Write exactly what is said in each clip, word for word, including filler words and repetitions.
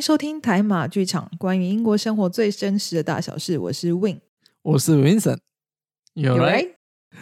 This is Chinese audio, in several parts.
收听台马剧场，关于英国生活最真实的大小事。我是 Win， 我是 Vincent。 You right？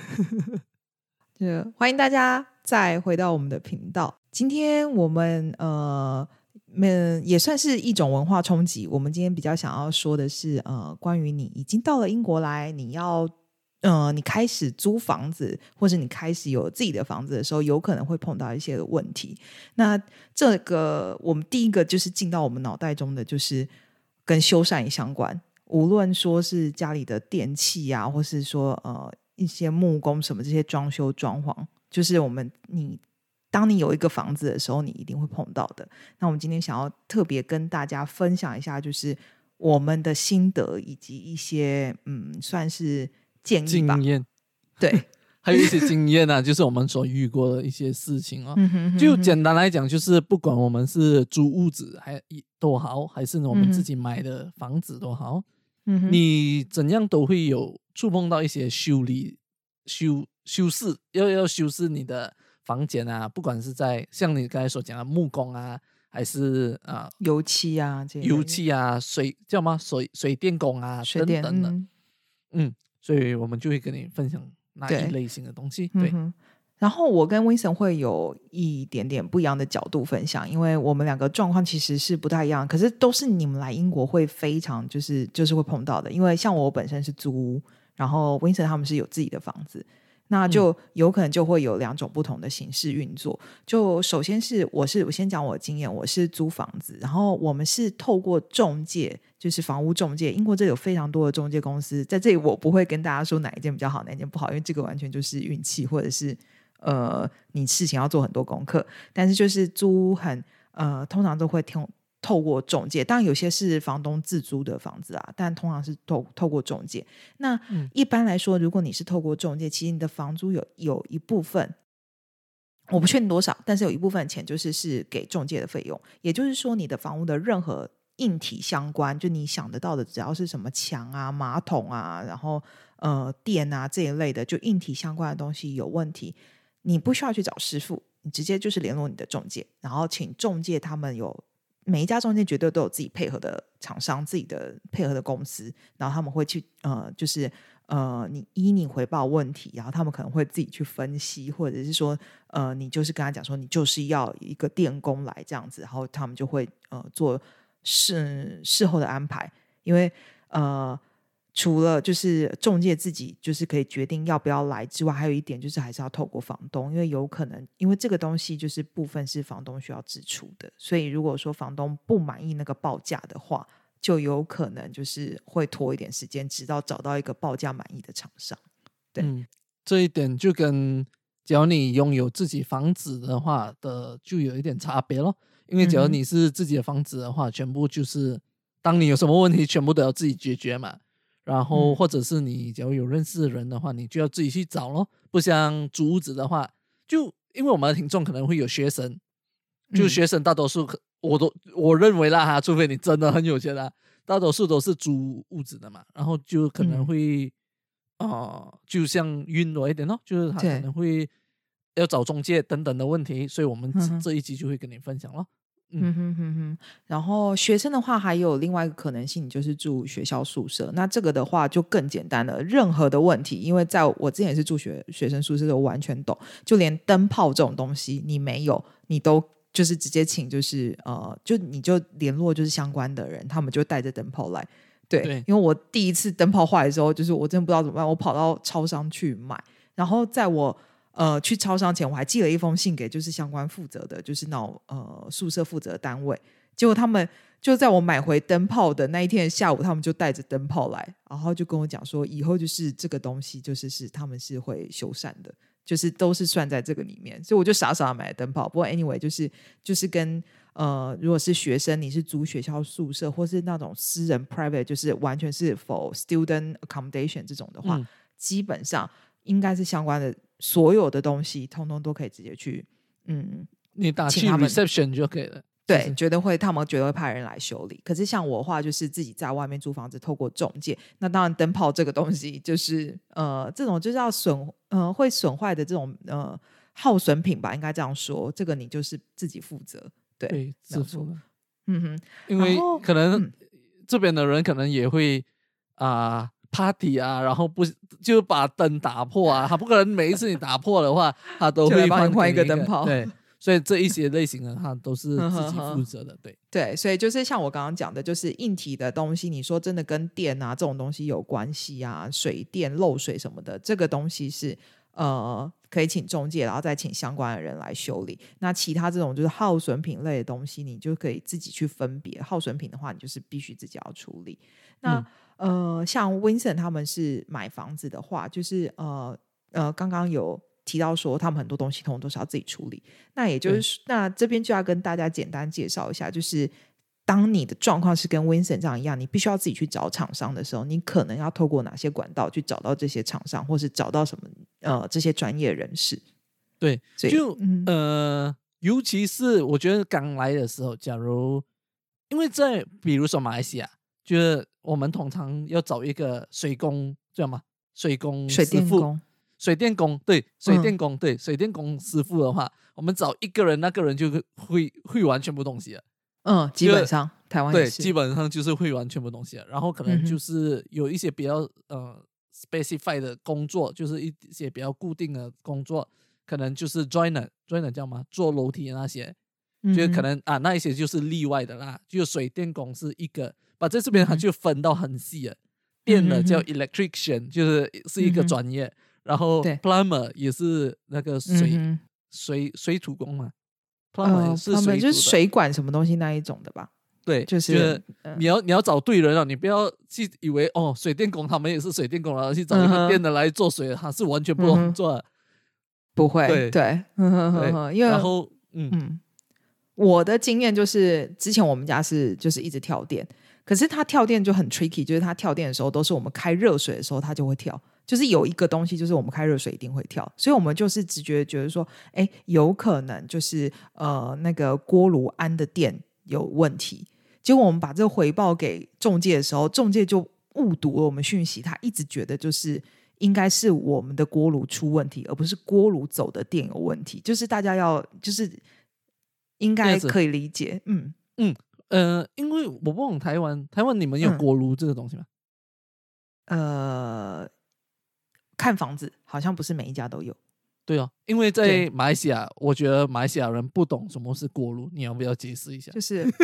就欢迎大家再回到我们的频道。今天我们呃也算是一种文化冲击。我们今天比较想要说的是呃，关于你已经到了英国来，你要呃，你开始租房子，或者你开始有自己的房子的时候，有可能会碰到一些的问题。那这个我们第一个就是进到我们脑袋中的，就是跟修缮相关，无论说是家里的电器啊，或是说呃一些木工什么这些装修装潢，就是我们你当你有一个房子的时候，你一定会碰到的。那我们今天想要特别跟大家分享一下，就是我们的心得以及一些嗯算是建议吧， 经验， 对还有一些经验啊，就是我们所遇过的一些事情哦。 嗯哼哼哼就简单来讲，就是不管我们是租屋子还都好，还是我们自己买的房子都好， 嗯哼你怎样都会有触碰到一些修理、修修饰，要要修饰你的房间啊，不管是在像你刚才所讲的木工啊，还是啊、呃、 油漆啊，这些油漆啊、水叫什么水水电工啊水电等等的， 嗯嗯，所以我们就会跟你分享那对一类型的东西。对、 嗯，然后我跟 Vincent 会有一点点不一样的角度分享，因为我们两个状况其实是不太一样，可是都是你们来英国会非常就是就是会碰到的。因为像我本身是租屋，然后 Vincent 他们是有自己的房子，那就有可能就会有两种不同的形式运作。就首先是我是我先讲我的经验，我是租房子，然后我们是透过中介，就是房屋中介，英国这里有非常多的中介公司，在这里我不会跟大家说哪一件比较好哪一件不好，因为这个完全就是运气，或者是呃你事情要做很多功课。但是就是租很呃通常都会听透过中介，当然有些是房东自租的房子啊，但通常是 透, 透过中介。那一般来说，如果你是透过中介，其实你的房租有有一部分，我不确定多少，但是有一部分钱就是是给中介的费用。也就是说，你的房屋的任何硬体相关，就你想得到的，只要是什么墙啊、马桶啊，然后呃电啊这一类的，就硬体相关的东西有问题，你不需要去找师傅，你直接就是联络你的中介，然后请中介他们有。每一家中介绝对都有自己配合的厂商，自己的配合的公司，然后他们会去呃，就是呃，你依你回报问题，然后他们可能会自己去分析，或者是说呃，你就是跟他讲说你就是要一个电工来这样子，然后他们就会呃做事事后的安排。因为呃除了就是中介自己就是可以决定要不要来之外，还有一点就是还是要透过房东，因为有可能因为这个东西就是部分是房东需要支出的，所以如果说房东不满意那个报价的话，就有可能就是会拖一点时间，直到找到一个报价满意的厂商。对、 嗯，这一点就跟假如你拥有自己房子的话的就有一点差别咯。因为假如你是自己的房子的话、嗯、全部就是当你有什么问题全部都要自己解决嘛，然后或者是你假如有认识的人的话，你就要自己去找咯。不像租屋子的话，就因为我们的听众可能会有学生，就学生大多数、嗯、我都我认为啦哈，除非你真的很有钱啦，大多数都是租屋子的嘛，然后就可能会、嗯呃、就像晕了一点咯，就是他可能会要找中介等等的问题，所以我们这一集就会跟你分享咯。 嗯哼哼哼，然后学生的话还有另外一个可能性，你就是住学校宿舍。那这个的话就更简单了，任何的问题，因为在我之前也是住学学生宿舍的，我完全懂，就连灯泡这种东西你没有，你都就是直接请就是呃，就你就联络就是相关的人，他们就带着灯泡来。对， 对， 因为我第一次灯泡坏的时候，就是我真的不知道怎么办，我跑到超商去买，然后在我呃，去超商前我还寄了一封信给就是相关负责的，就是那种呃宿舍负责的单位，结果他们就在我买回灯泡的那一天的下午，他们就带着灯泡来，然后就跟我讲说以后就是这个东西就是是他们是会修缮的，就是都是算在这个里面，所以我就傻傻的买了灯泡。不过 anyway 就是就是跟呃，如果是学生你是租学校宿舍或是那种私人 private 就是完全是 for student accommodation 这种的话、嗯、基本上应该是相关的所有的东西通通都可以直接去嗯， 你打去 reception 就可以了。 对，绝对会，他们绝对会派人来修理。可是像我的话就是自己在外面租房子透过中介，那当然灯泡这个东西就是呃，这种就是要损呃会损坏的这种呃耗损品吧，应该这样说，这个你就是自己负责。对， 对，自负。 嗯哼， 因为然后可能嗯这边的人可能也会啊、party 啊，然后不就把灯打破啊，他不可能每一次你打破的话，他都就来会换帮你换一个给你灯泡对，所以这一些类型的他都是呵自己呵呵负责的，对。 对，所以就是像我刚刚讲的，就是硬体的东西，你说真的跟电啊这种东西有关系啊，水电漏水什么的，这个东西是呃可以请中介，然后再请相关的人来修理。那其他这种就是耗损品类的东西，你就可以自己去分别。耗损品的话，你就是必须自己要处理。那、 嗯、 呃，像 Vincent 他们是买房子的话，就是呃呃，刚刚有提到说他们很多东西通通都是要自己处理。那也就是那这边就要跟大家简单介绍一下，就是当你的状况是跟 Vincent 这样一样，你必须要自己去找厂商的时候，你可能要透过哪些管道去找到这些厂商，或是找到什么呃这些专业人士。 对， 所以就、 嗯呃，尤其是我觉得刚来的时候，假如因为在比如说马来西亚，就是我们通常要找一个水工，知道吗？水工水师傅电工， 水电工，对，水电工，嗯、对，水电工师傅的话，我们找一个人，那个人就会会玩全部东西了。 嗯，基本上台湾也对， 是基本上就是会玩全部东西了。然后可能就是有一些比较、嗯、呃 specify 的工作，就是一些比较固定的工作，可能就是 joiner joiner 叫吗？做楼梯的那些，就是可能、嗯、啊那一些就是例外的啦。就水电工是一个，把在这边它就分到很细了。电的叫 electrician， 就是是一个专业。嗯、然后 plumber 也是那个水、嗯、水水土工嘛 ，plumber 也是水土的、 呃、就是水管什么东西那一种的吧？ 对， 就是、 就是你要、嗯、你要找对人了，你不要去以为哦水电工他们也是水电工，然后去找一个电的来做水，他、嗯、是完全不能做的、嗯， 不会，对对， 对因为然后嗯嗯，我的经验就是之前我们家是就是一直跳电。可是它跳电就很 tricky， 就是它跳电的时候都是我们开热水的时候它就会跳，就是有一个东西就是我们开热水一定会跳，所以我们就是直觉觉得说，哎，有可能就是呃那个锅炉安的电有问题。结果我们把这个回报给中介的时候，中介就误读了我们讯息，他一直觉得就是应该是我们的锅炉出问题，而不是锅炉走的电有问题。就是大家要就是应该可以理解，嗯嗯。呃，因为我不懂台湾，台湾你们有锅炉这个东西吗？ 嗯、呃，看房子好像不是每一家都有。 对哦，因为在马来西亚，我觉得马来西亚人不懂什么是锅炉，你要不要解释一下？ 就是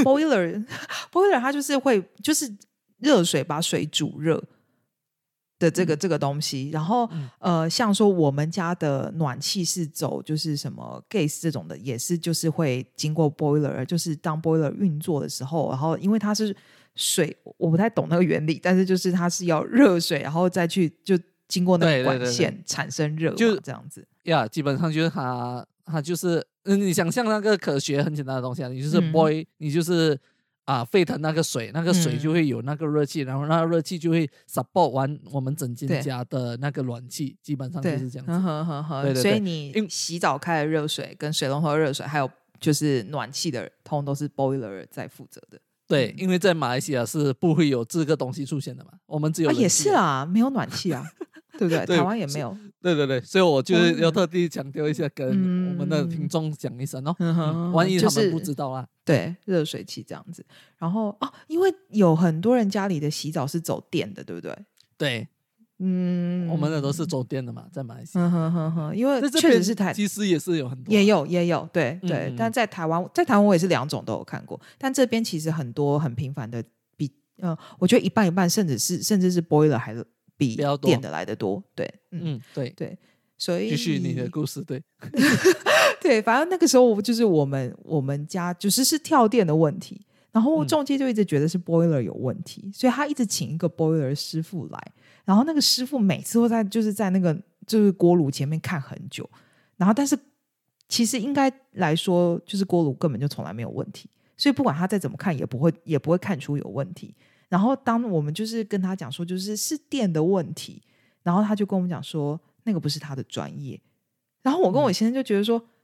boiler，boiler 它就是会就是热水把水煮热的这个、嗯、这个东西，然后、嗯、呃，像说我们家的暖气是走就是什么 gas 这种的，也是就是会经过 boiler， 就是当 boiler 运作的时候，然后因为它是水，我不太懂那个原理，但是就是它是要热水，然后再去就经过那个管线产生热，就这样子呀，基本上就是它它就是嗯，你想象那个科学很简单的东西啊，你就是 boil，、嗯、你就是啊，沸腾那个水，那个水就会有那个热气、嗯，然后那个热气就会 support 完我们整间家的那个暖气，基本上就是这样子。 呵呵呵对对对，所以你洗澡开的热水跟水龙头的热水，还有就是暖气的，通通都是 boiler 在负责的。 对、嗯，因为在马来西亚是不会有这个东西出现的嘛，我们只有、啊、 也是啊，没有暖气啊，对不对？ 对， 台湾也没有。 对对对，所以我就是要特地强调一下，跟我们的听众讲一声哦、嗯嗯，万一他们不知道啊。 就是、对，热水器这样子。然后哦，因为有很多人家里的洗澡是走电的，对不对？ 对， 嗯， 我们的都是走电的嘛，在马来西亚。 嗯哼哼哼，因为确实是台， 其实也是有很多、啊， 也有也有，对对、嗯。但在台湾，在台湾我也是两种都有看过，但这边其实很多很频繁的比，呃，我觉得一半一半，甚至是甚至是 boiler 还是比电的来的多。对，嗯， 嗯对对，所以继续你的故事，对对，反正那个时候就是我们我们家就是是跳电的问题。然后中介就一直觉得是 boiler 有问题、嗯、所以他一直请一个 boiler 师傅来，然后那个师傅每次都在就是在那个就是锅炉前面看很久，然后但是其实应该来说就是锅炉根本就从来没有问题，所以不管他再怎么看也不会也不会看出有问题。然后当我们就是跟他讲说就是是电的问题，然后他就跟我们讲说那个不是他的专业，然后我跟我先生就觉得说、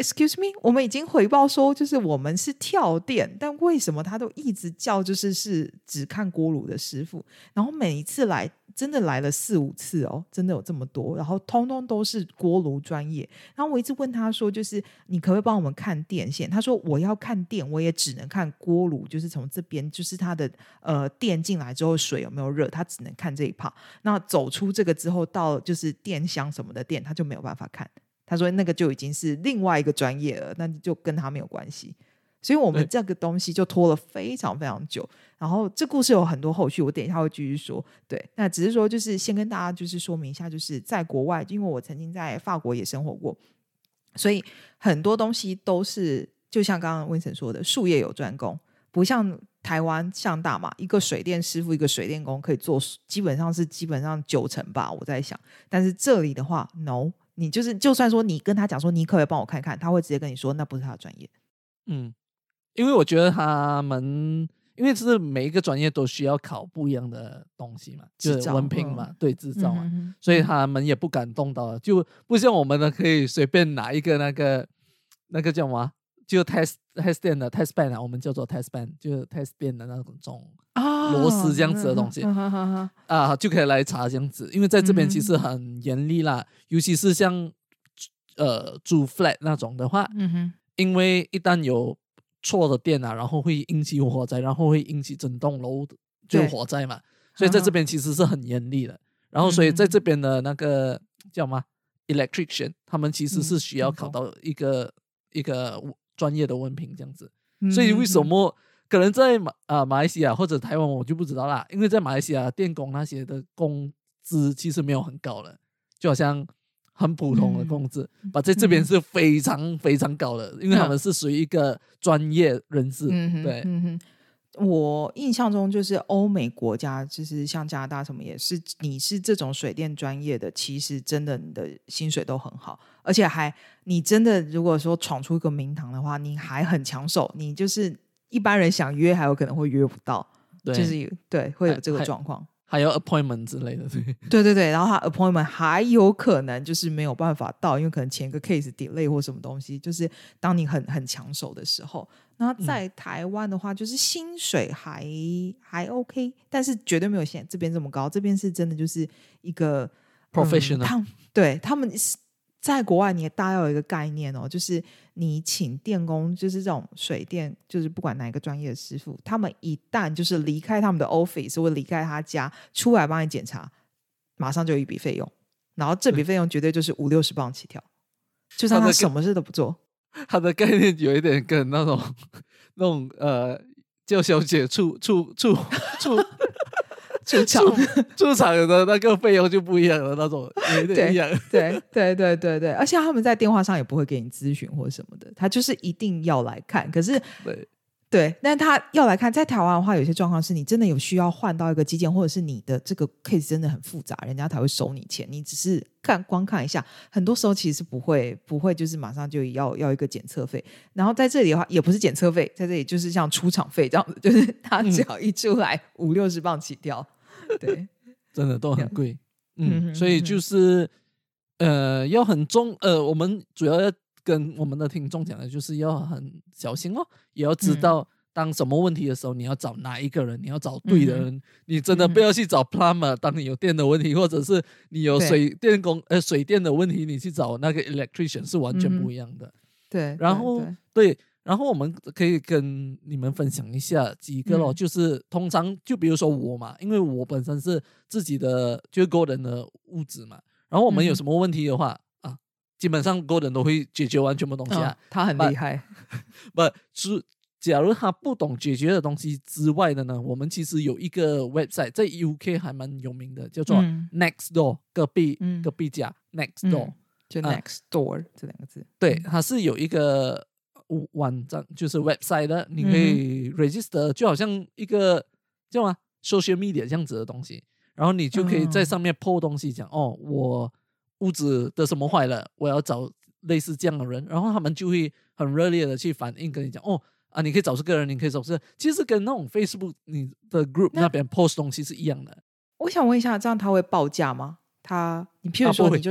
excuse me， 我们已经回报说就是我们是跳电，但为什么他都一直叫就是是只看锅炉的师傅，然后每一次来真的来了四五次哦，真的有这么多，然后通通都是锅炉专业。然后我一直问他说就是你可不可以帮我们看电线，他说我要看电我也只能看锅炉，就是从这边就是他的呃电进来之后水有没有热，他只能看这一 part， 那走出这个之后到就是电箱什么的电他就没有办法看，他说那个就已经是另外一个专业了，那就跟他没有关系。所以我们这个东西就拖了非常非常久，然后这故事有很多后续，我等一下会继续说。对，那只是说就是先跟大家就是说明一下，就是在国外，因为我曾经在法国也生活过，所以很多东西都是就像刚刚Vincent说的术业有专攻，不像台湾像大马一个水电师傅一个水电工可以做基本上是基本上九成吧，我在想。但是这里的话 no， 你就是就算说你跟他讲说你可不可以帮我看看，他会直接跟你说那不是他的专业。 嗯，因为我觉得他们因为是每一个专业都需要考不一样的东西嘛，就是文凭嘛、嗯、对，执照嘛、嗯、所以他们也不敢动到，就不像我们呢可以随便拿一个那个那个叫什么就 test test 店的 test band 啊，我们叫做 test band， 就是 test 店的那种螺丝这样子的东西、哦、啊，就可以来查这样子。因为在这边其实很严厉啦、嗯、尤其是像呃住 flat 那种的话、嗯、哼，因为一旦有错的电啊，然后会引起火灾，然后会引起整栋楼就火灾嘛，所以在这边其实是很严厉的。然后所以在这边的那个叫什么 electrician， 他们其实是需要考到一个、嗯、一个专业的文凭这样子。所以为什么可能在马、呃、马来西亚或者台湾我就不知道啦，因为在马来西亚电工那些的工资其实没有很高了，就好像很普通的工资，把、嗯、在这边是非常非常高的、嗯、因为他们是属于一个专业人士、嗯、对、 嗯、我印象中就是欧美国家就是像加拿大什么也是，你是这种水电专业的其实真的你的薪水都很好，而且还你真的如果说闯出一个名堂的话你还很抢手，你就是一般人想约还有可能会约不到，对，就是对会有这个状况， 还有 appointment 之类的。 对对对，然后他 appointment 还有可能就是没有办法到，因为可能前一个 case delay 或什么东西，就是当你很很抢手的时候。那在台湾的话、嗯、就是薪水还还 OK， 但是绝对没有现在这边这么高，这边是真的就是一个 professional、嗯、 他对他们在国外你也大要有一个概念哦，就是你请电工就是这种水电就是不管哪一个专业的师傅，他们一旦就是离开他们的 office 或离开他家出来帮你检查，马上就有一笔费用，然后这笔费用绝对就是五六十磅起跳，就算他什么事都不做。 他的概念有一点跟那种那种呃叫小姐出出出出出场出场的那个费用就不一样的那种，有点一样。 对对对对对，而且他们在电话上也不会给你咨询或什么的，他就是一定要来看。可是对对，但他要来看，在台湾的话有些状况是你真的有需要换到一个机件，或者是你的这个 case 真的很复杂，人家才会收你钱，你只是看光看一下，很多时候其实是不会不会就是马上就要要一个检测费，然后在这里的话也不是检测费，在这里就是像出场费这样子，就是他只要一出来、嗯、五六十磅起跳，对， 真的都很贵。嗯，所以就是呃要很重呃我们主要要跟我们的听众讲的就是要很小心哦，也要知道当什么问题的时候你要找哪一个人，你要找对的人、嗯、你真的不要去找 plumber 当你有电的问题，或者是你有水电工呃水电的问题你去找那个 electrician 是完全不一样的、嗯、 对， 然后 对, 对然后我们可以跟你们分享一下几个咯、嗯、就是通常就比如说我嘛，因为我本身是自己的就是 Gordon 的屋子嘛，然后我们有什么问题的话、嗯、啊，基本上 Gordon 都会解决完全部东西啊、 哦、他很厉害。 不是假如他不懂解决的东西之外的呢，我们其实有一个 website 在 U K 还蛮有名的，叫做 Nextdoor、嗯、隔壁、嗯、隔壁家 Nextdoor、嗯、 就 Nextdoor、啊、这两个字。 对，它是有一个网站就是 website 的，你可以 register、嗯、就好像一个叫什么 social media 这样子的东西，然后你就可以在上面 po 东西讲、嗯、哦我屋子的什么坏了，我要找类似这样的人，然后他们就会很热烈的去反应跟你讲哦啊，你可以找这个人，你可以找这个，其实跟那种 Facebook 你的 group 那边 post 东西是一样的。 我想问一下，这样他会报价吗？他你譬如说你就说、啊、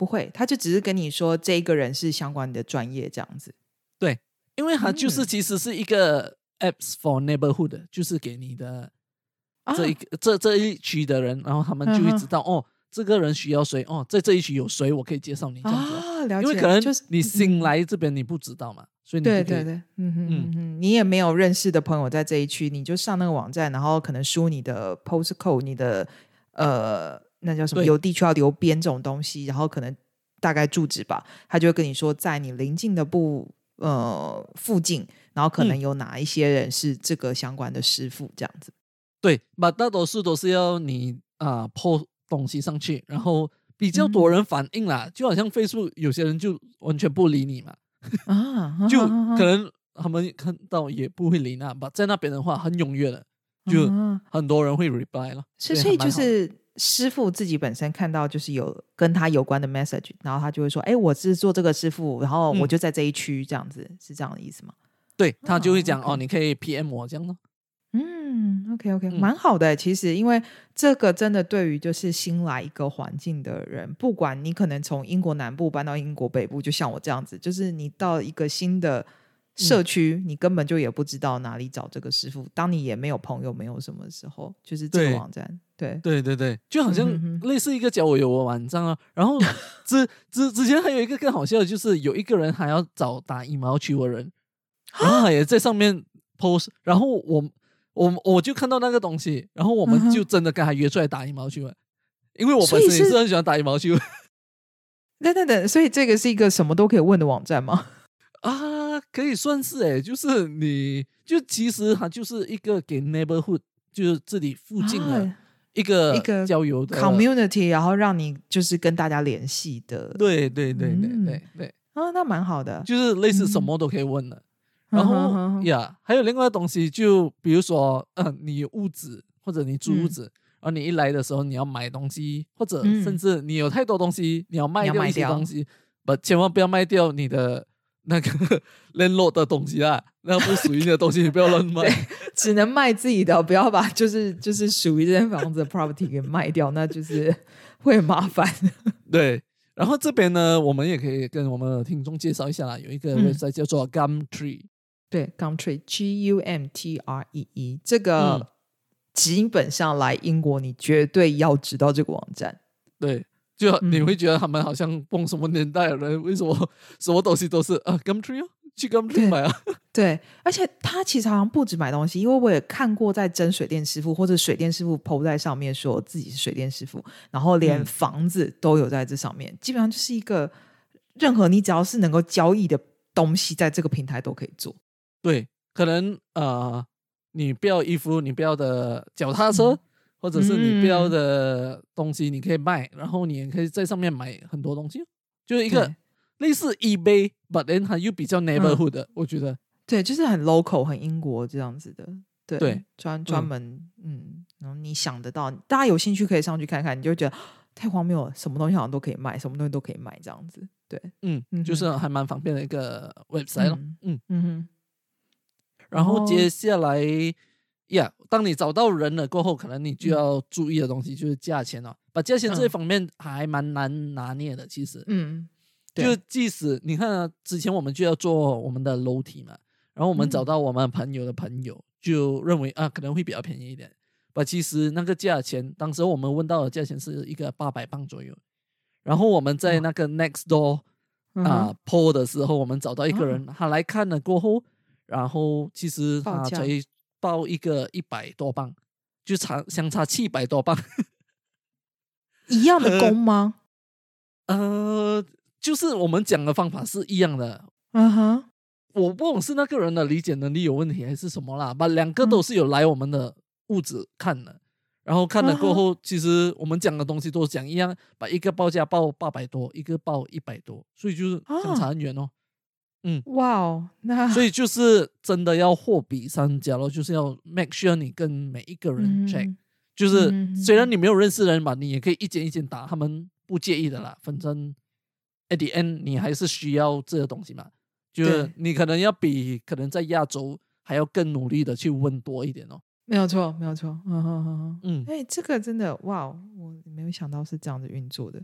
不会，他就只是跟你说这个人是相关的专业这样子。 对，因为它就是其实是一个 apps for neighborhood，就是给你的这一个、啊、这这一区的人，然后他们就会知道、嗯、哦，这个人需要谁哦，在这一区有谁，我可以介绍你这样子、 啊、了解， 因为可能就是你新来这边你不知道嘛，嗯、所以你就可以对对对，嗯哼嗯哼，你也没有认识的朋友在这一区，你就上那个网站，然后可能输你的 postcode， 你的呃那叫什么邮地区要邮编这种东西，然后可能大概住址吧，他就会跟你说在你邻近的部呃附近，然后可能有哪一些人是这个相关的师傅这样子。 对，但大多数都是要你啊 po 东西上去，然后比较多人反应啦，嗯、就好像 Facebook 有些人就完全不理你嘛，啊，就可能他们看到也不会理那，在那边的话很踊跃的，就很多人会 reply 了。 所以所以就是师傅自己本身看到就是有跟他有关的 message， 然后他就会说，哎，我是做这个师傅，然后我就在这一区这样子、嗯、是这样的意思吗？ 对，他就会讲、哦 okay、哦，你可以 P M 我这样咯。 嗯 OK OK、嗯、蛮好的。其实因为这个真的对于就是新来一个环境的人，不管你可能从英国南部搬到英国北部，就像我这样子，就是你到一个新的社区、嗯、你根本就也不知道哪里找这个师傅，当你也没有朋友没有什么时候，就是这个网站。对对对对，就好像类似一个交友的网站啊。然后之之之前还有一个更好笑的，就是有一个人还要找打羽毛球的人，然后他也在上面 post， 然后我我我就看到那个东西，然后我们就真的跟他约出来打羽毛球了，因为我本身也是很喜欢打羽毛球。 等等等，所以这个是一个什么都可以问的网站吗？ 啊，可以算是诶，就是你就其实它就是一个给 neighborhood， 就是这里附近的一个交友的 community， 然后让你就是跟大家联系的。 对对对对对对、嗯、 啊，那蛮好的， 就是类似什么都可以问的。嗯、然后、嗯、呀，还有另外的东西，就比如说，嗯，你有屋子或者你租屋子。嗯，然后你一来的时候你要买东西，或者甚至你有太多东西、嗯、你要卖掉一些东西，不，千万不要卖掉你的那个 landlord 的东西啦，那不属于你的东西你不要乱卖。 只能卖自己的，不要把就是就是属于这间房子的 property 给卖掉，那就是会很麻烦。 对，然后这边呢我们也可以跟我们的听众介绍一下啦，有一个 website 叫做 Gumtree、嗯、 对 Gumtree G U M T R E E 这个、嗯基本上来英国你绝对要知道这个网站。 对，就你会觉得他们好像蹦什么年代的人、嗯、为什么什么东西都是啊 Gumtree 哦，去 Gumtree 买啊。 对, 对，而且他其实好像不止买东西，因为我也看过在争水电师傅或者水电师傅 po 在上面说自己是水电师傅，然后连房子都有在这上面、嗯、基本上就是一个任何你只要是能够交易的东西在这个平台都可以做。 对，可能呃你不要衣服，你不要的脚踏车、嗯、或者是你不要的东西你可以卖、嗯、然后你也可以在上面买很多东西，就是一个类似 eBay but then 它又比较 neighborhood 的、嗯、我觉得对，就是很 local 很英国这样子的。对对， 专专门 嗯, 嗯然后你想得到，大家有兴趣可以上去看看，你就觉得太荒谬了，什么东西好像都可以卖，什么东西都可以卖这样子。对， 嗯，就是还蛮方便的一个 website 咯。 嗯嗯嗯哼。 然后接下来呀，当你找到人了过后，可能你就要注意的东西就是价钱了。把价钱这一方面还蛮难拿捏的，其实。 嗯， 就即使你看、啊、之前我们就要做我们的楼梯嘛，然后我们找到我们朋友的朋友，就认为啊可能会比较便宜一点。把其实那个价钱，当时我们问到的价钱是一个八百磅左右。然后我们在那个 next door 啊 po 的时候，我们找到一个人，他来看了过后。然后其实他才报一个一百多磅，就差相差七百多磅， 一样的工吗？ 呃，就是我们讲的方法是一样的。 嗯哼， 我不懂是那个人的理解能力有问题还是什么啦。把两个都是有来我们的屋子看的，嗯、然后看了过后，其实我们讲的东西都讲一样，把一个报价报八百多，一个报一百多，所以就是相差很远哦。嗯， 哇哦，那所以就是真的要货比三家咯，就是要 make sure 你跟每一个人 check，、嗯、就是虽然你没有认识的人吧，你也可以一间一间打，他们不介意的啦。反正 at the end 你还是需要这个东西嘛，就是你可能要比可能在亚洲还要更努力的去问多一点哦。 没有错，没有错，嗯哼哼哼，嗯，哎，这个真的哇，我没有想到是这样子运作的。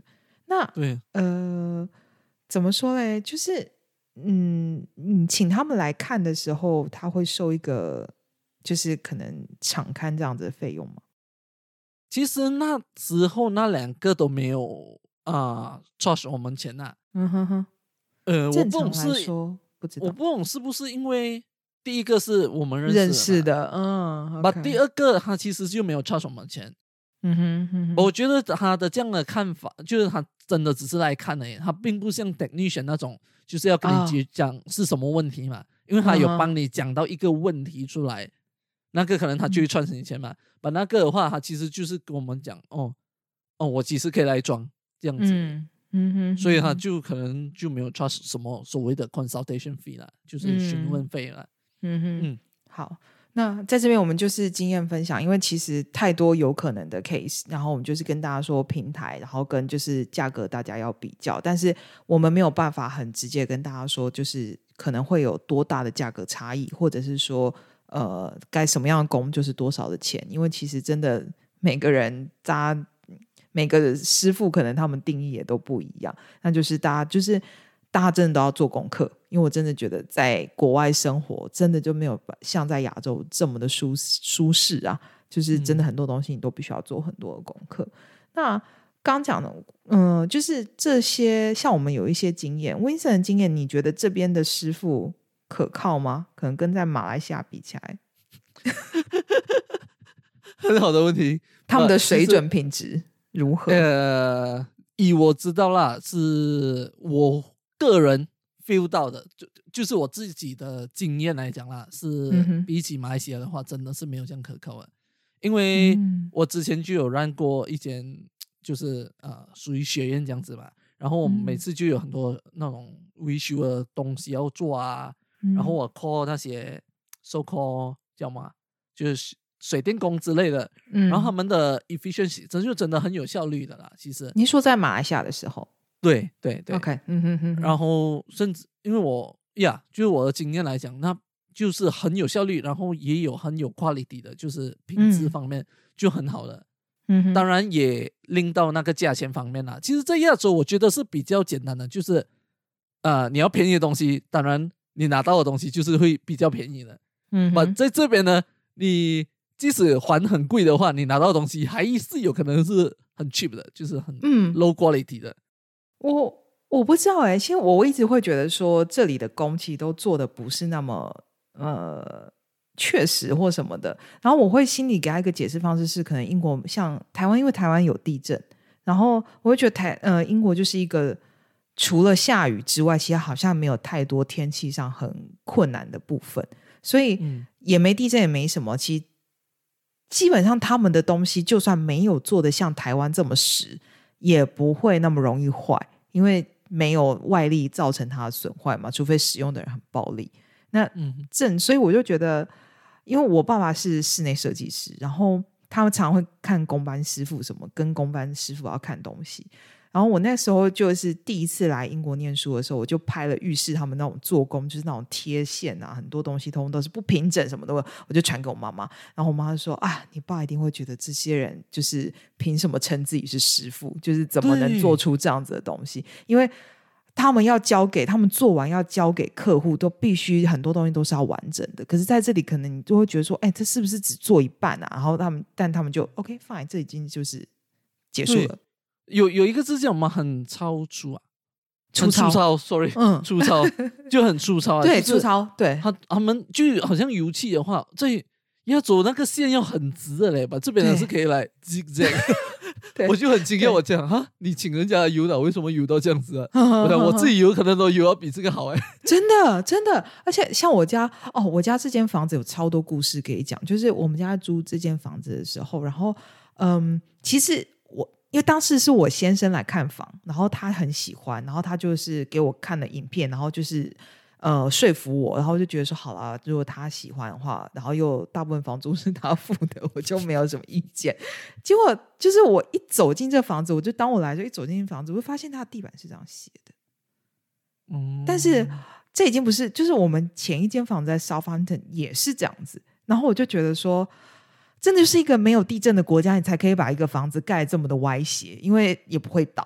那对， 呃，怎么说嘞？就是嗯，你请他们来看的时候，他会收一个就是可能场刊这样子的费用吗？ 其实那时候那两个都没有啊、charge 我们钱呐、 嗯哼哼， 呃，我不正常来懂是， 说不知道我不懂是不是因为第一个是我们认识认的嘛， 识的，嗯把 ，OK， 第二个他其实就没有 charge 我们钱。 嗯哼哼哼， 我觉得他的这样的看法，就是他真的只是来看而已，他并不像 technician 那种，就是要跟你啊解讲是什么问题嘛，因为他有帮你讲到一个问题出来，那个可能他就会赚你钱嘛。把那个的话，他其实就是跟我们讲，哦哦，我其实可以来装这样子， 嗯嗯哼， 所以他就可能就没有 charge 什么所谓的 consultation fee 啦，就是询问费啦。 嗯哼， 嗯， 好。那在这边我们就是经验分享，因为其实太多有可能的 case，然后我们就是跟大家说平台，然后跟就是价格大家要比较，但是我们没有办法很直接跟大家说就是可能会有多大的价格差异，或者是说呃该什么样的工就是多少的钱，因为其实真的每个人大家每个师傅可能他们定义也都不一样，那就是大家就是大家真的都要做功课，因为我真的觉得在国外生活真的就没有像在亚洲这么的舒舒适啊，就是真的很多东西你都必须要做很多的功课。嗯、那刚讲的嗯、呃，就是这些像我们有一些经验 Winston 的经验，你觉得这边的师傅可靠吗？可能跟在马来西亚比起来很好的问题， 他们的水准品质如何？ 呃，以我知道啦，是我个人 feel 到的，就就是我自己的经验来讲啦，是比起马来西亚的话，真的是没有这样可靠的。因为我之前就有让过一间，就是呃属于学院这样子嘛，然后我每次就有很多那种维修的东西要做啊， 嗯、 然后我 call 那些 so call 叫嘛，就是水电工之类的，嗯、然后他们的 efficiency 这就真的很有效率的啦。其实你说在马来西亚的时候， 对对对 ，OK， 嗯哼哼， 然后甚至因为我呀，就是我的经验来讲，那就是很有效率，然后也有很有 quality 的，就是品质方面就很好的。嗯，当然也令到那个价钱方面啦。其实，在亚洲我觉得是比较简单的，就是呃，你要便宜的东西，当然你拿到的东西就是会比较便宜的。嗯，在这边呢，你即使还很贵的话，你拿到的东西还是有可能是很 cheap 的，就是很 low quality 的。 嗯、我我不知道哎、欸，其实我一直会觉得说，这里的工期都做的不是那么呃确实或什么的，然后我会心里给他一个解释方式是，可能英国像台湾，因为台湾有地震，然后我会觉得台呃英国就是一个除了下雨之外，其实好像没有太多天气上很困难的部分，所以也没地震也没什么，其实基本上他们的东西就算没有做的像台湾这么实，也不会那么容易坏，因为没有外力造成它的损坏嘛，除非使用的人很暴力。那正所以我就觉得，因为我爸爸是室内设计师，然后他们常会看工班师傅什么，跟工班师傅要看东西。然后我那时候就是第一次来英国念书的时候，我就拍了浴室他们那种做工，就是那种贴线啊，很多东西通通都是不平整什么的，我就传给我妈妈。然后我妈就说啊，你爸一定会觉得这些人就是凭什么称自己是师傅，就是怎么能做出这样子的东西，因为他们要交给他们做完要交给客户，都必须很多东西都是要完整的。可是在这里可能你就会觉得说，哎，这是不是只做一半啊？然后他们但他们就 OK fine， 这已经就是结束了。 有有一个字叫我们很超出啊， 粗糙, 粗糙 ，sorry， 嗯，粗糙就很粗糙、啊， 对， 就是、 粗糙，对， 他他们就好像油漆的话，这要走那个线要很直的嘞，吧，这边人是可以来 zigzag， 我就很惊讶，我讲哈，你请人家油的，为什么油到这样子啊？我讲我自己油可能都油要比这个好哎、欸， 真的真的，而且像我家哦，我家这间房子有超多故事可以讲，就是我们家租这间房子的时候，然后嗯，其实我。因为当时是我先生来看房，然后他很喜欢，然后他就是给我看了影片，然后就是呃说服我，然后就觉得说好了，如果他喜欢的话，然后又大部分房租是他付的，我就没有什么意见。结果就是我一走进这房子，我就当我来就一走进房子，我就发现他的地板是这样写的，嗯，但是这已经不是，就是我们前一间房子在 Southampton 也是这样子，然后我就觉得说。真的是一个没有地震的国家，你才可以把一个房子盖这么的歪斜，因为也不会倒，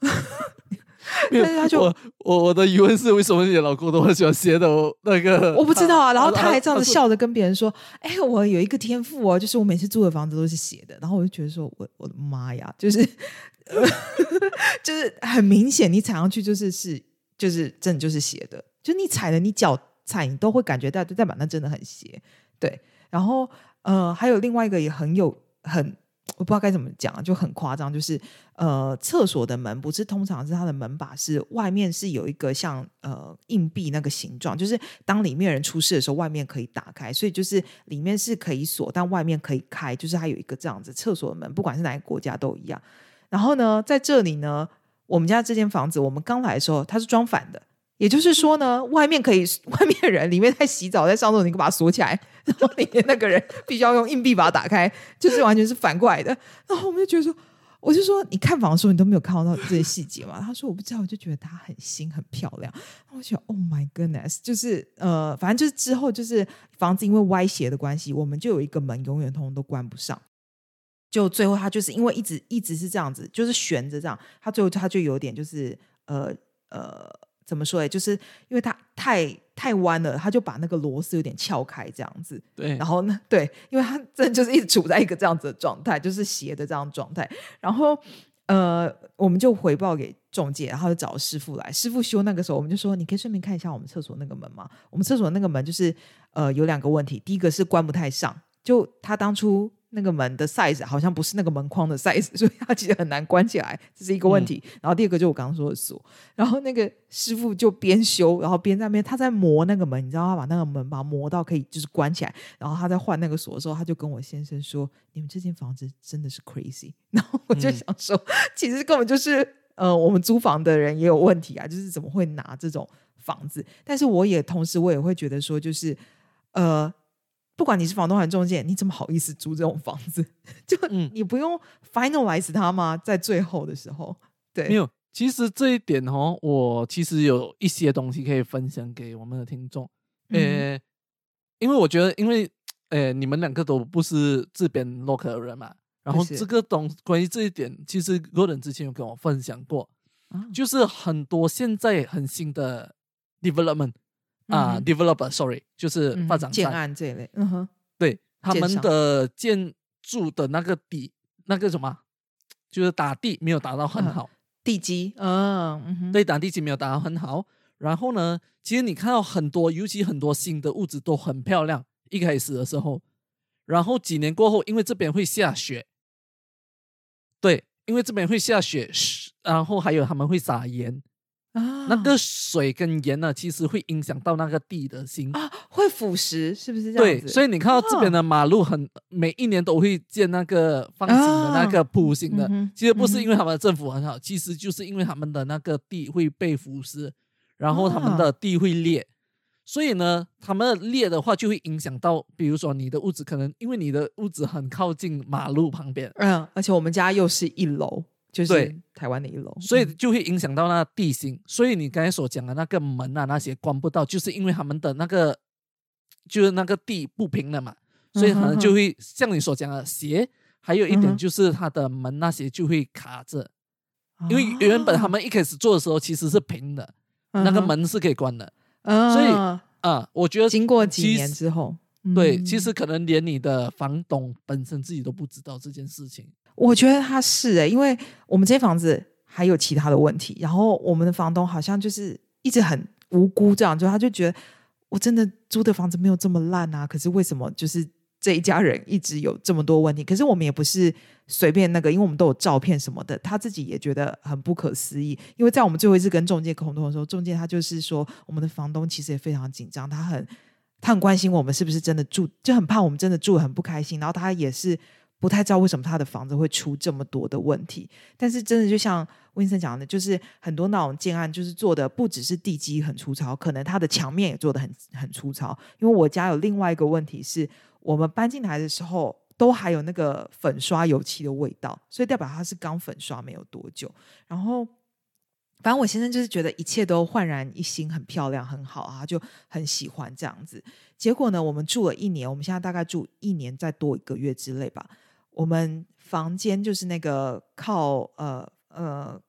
但是他就我我我的疑问是，为什么你的老公都很喜欢斜的那个？ 我不知道啊。然后他还这样子他笑着跟别人说：“哎、欸，我有一个天赋哦，就是我每次租的房子都是斜的。”然后我就觉得说：“我我的妈呀，就是、呃、就是很明显，你踩上去就是是就是真的就是斜的，就你踩了你脚踩，你都会感觉到代表那真的很斜。”对，然后呃，还有另外一个也很有很。我不知道该怎么讲，就很夸张，就是呃，厕所的门不是通常是它的门把是外面是有一个像呃硬币那个形状，就是当里面人出事的时候，外面可以打开，所以就是里面是可以锁，但外面可以开，就是它有一个这样子厕所的门，不管是哪个国家都一样。然后呢，在这里呢，我们家这间房子，我们刚来的时候它是装反的。也就是说呢，外面可以，外面的人里面在洗澡，在上厕所，你可以把它锁起来，然后里面那个人必须要用硬币把它打开，就是完全是反过来的。然后我们就觉得说，我就说你看房的时候你都没有看到这些细节嘛？他说我不知道，我就觉得它很新很漂亮。然后我觉得 Oh my goodness， 就是呃，反正就是之后就是房子因为歪斜的关系，我们就有一个门永远通通都关不上。就最后他就是因为一直一直是这样子，就是悬着这样，他最后他就有点就是呃呃。怎么说欸，就是因为它太太弯了，他就把那个螺丝有点撬开这样子。 对， 然后呢，对，因为他真的就是一直处在一个这样子的状态，就是斜的这样的状态。然后呃，我们就回报给中介，然后就找师傅来。师傅修那个时候，我们就说，你可以顺便看一下我们厕所那个门吗？我们厕所那个门就是呃有两个问题，第一个是关不太上，就他当初那个门的 size 好像不是那个门框的 size， 所以它其实很难关起来，这是一个问题。嗯、然后第二个就是我刚刚说的锁，然后那个师傅就边修，然后边在那边他在磨那个门，你知道他把那个门把它磨到可以就是关起来，然后他在换那个锁的时候，他就跟我先生说：“你们这间房子真的是 crazy。”然后我就想说，嗯、其实根本就是呃，我们租房的人也有问题啊，就是怎么会拿这种房子？但是我也同时我也会觉得说，就是呃。不管你是房东还是中介，你怎么好意思租这种房子？就你不用 finalize 它吗？在最后的时候，对， 没有。其实这一点哦，我其实有一些东西可以分享给我们的听众。嗯、呃，因为我觉得，因为呃，你们两个都不是这边 local 的人嘛，然后这个东关于这一点，其实Gordon之前有跟我分享过，啊、就是很多现在很新的 development。啊、uh, ，developer，sorry， 就是发展商、嗯、 建案这一类，嗯哼， 对，他们的建筑的那个底，那个什么，就是打地没有打到很好， 嗯、地基，嗯, 嗯哼， 对，打地基没有打到很好。然后呢，其实你看到很多，尤其很多新的屋子都很漂亮，一开始的时候，然后几年过后，因为这边会下雪，对，因为这边会下雪，然后还有他们会撒盐。啊、那个水跟盐呢，其实会影响到那个地的形啊，会腐蚀，是不是这样子？ 对，所以你看到这边的马路很，啊、每一年都会建那个方形的那个铺型的，啊嗯、其实不是因为他们的政府很好，嗯、其实就是因为他们的那个地会被腐蚀，然后他们的地会裂，啊、所以呢，他们裂的话就会影响到，比如说你的屋子可能因为你的屋子很靠近马路旁边， 嗯，而且我们家又是一楼。就是台湾的一楼， 所以就会影响到那地形。嗯、所以你刚才所讲的那个门啊，那些关不到，就是因为他们的那个就是那个地不平了嘛，所以可能就会像你所讲的斜。还有一点就是它的门那些就会卡着，嗯、因为原本他们一开始做的时候其实是平的，嗯、那个门是可以关的。嗯、所以啊、呃，我觉得经过几年之后， 对， 嗯、 其实可能连你的房东本身自己都不知道这件事情。 我觉得他是欸，因为我们这房子还有其他的问题，然后我们的房东好像就是一直很无辜这样，就他就觉得我真的租的房子没有这么烂啊，可是为什么就是这一家人一直有这么多问题？可是我们也不是随便那个，因为我们都有照片什么的，他自己也觉得很不可思议。因为在我们最后一次跟中介沟通的时候，中介他就是说我们的房东其实也非常紧张，他很他很关心我们是不是真的住，就很怕我们真的住得很不开心，然后他也是不太知道为什么他的房子会出这么多的问题。但是真的就像Winston讲的，就是很多那种建案就是做的不只是地基很粗糙，可能它的墙面也做的很很粗糙。因为我家有另外一个问题是，我们搬进来的时候都还有那个粉刷油漆的味道，所以代表它是刚粉刷没有多久。然后反正我先生就是觉得一切都焕然一新，很漂亮很好啊，就很喜欢这样子。结果呢，我们住了一年，我们现在大概住一年再多一个月之类吧。我们房间就是那个靠呃呃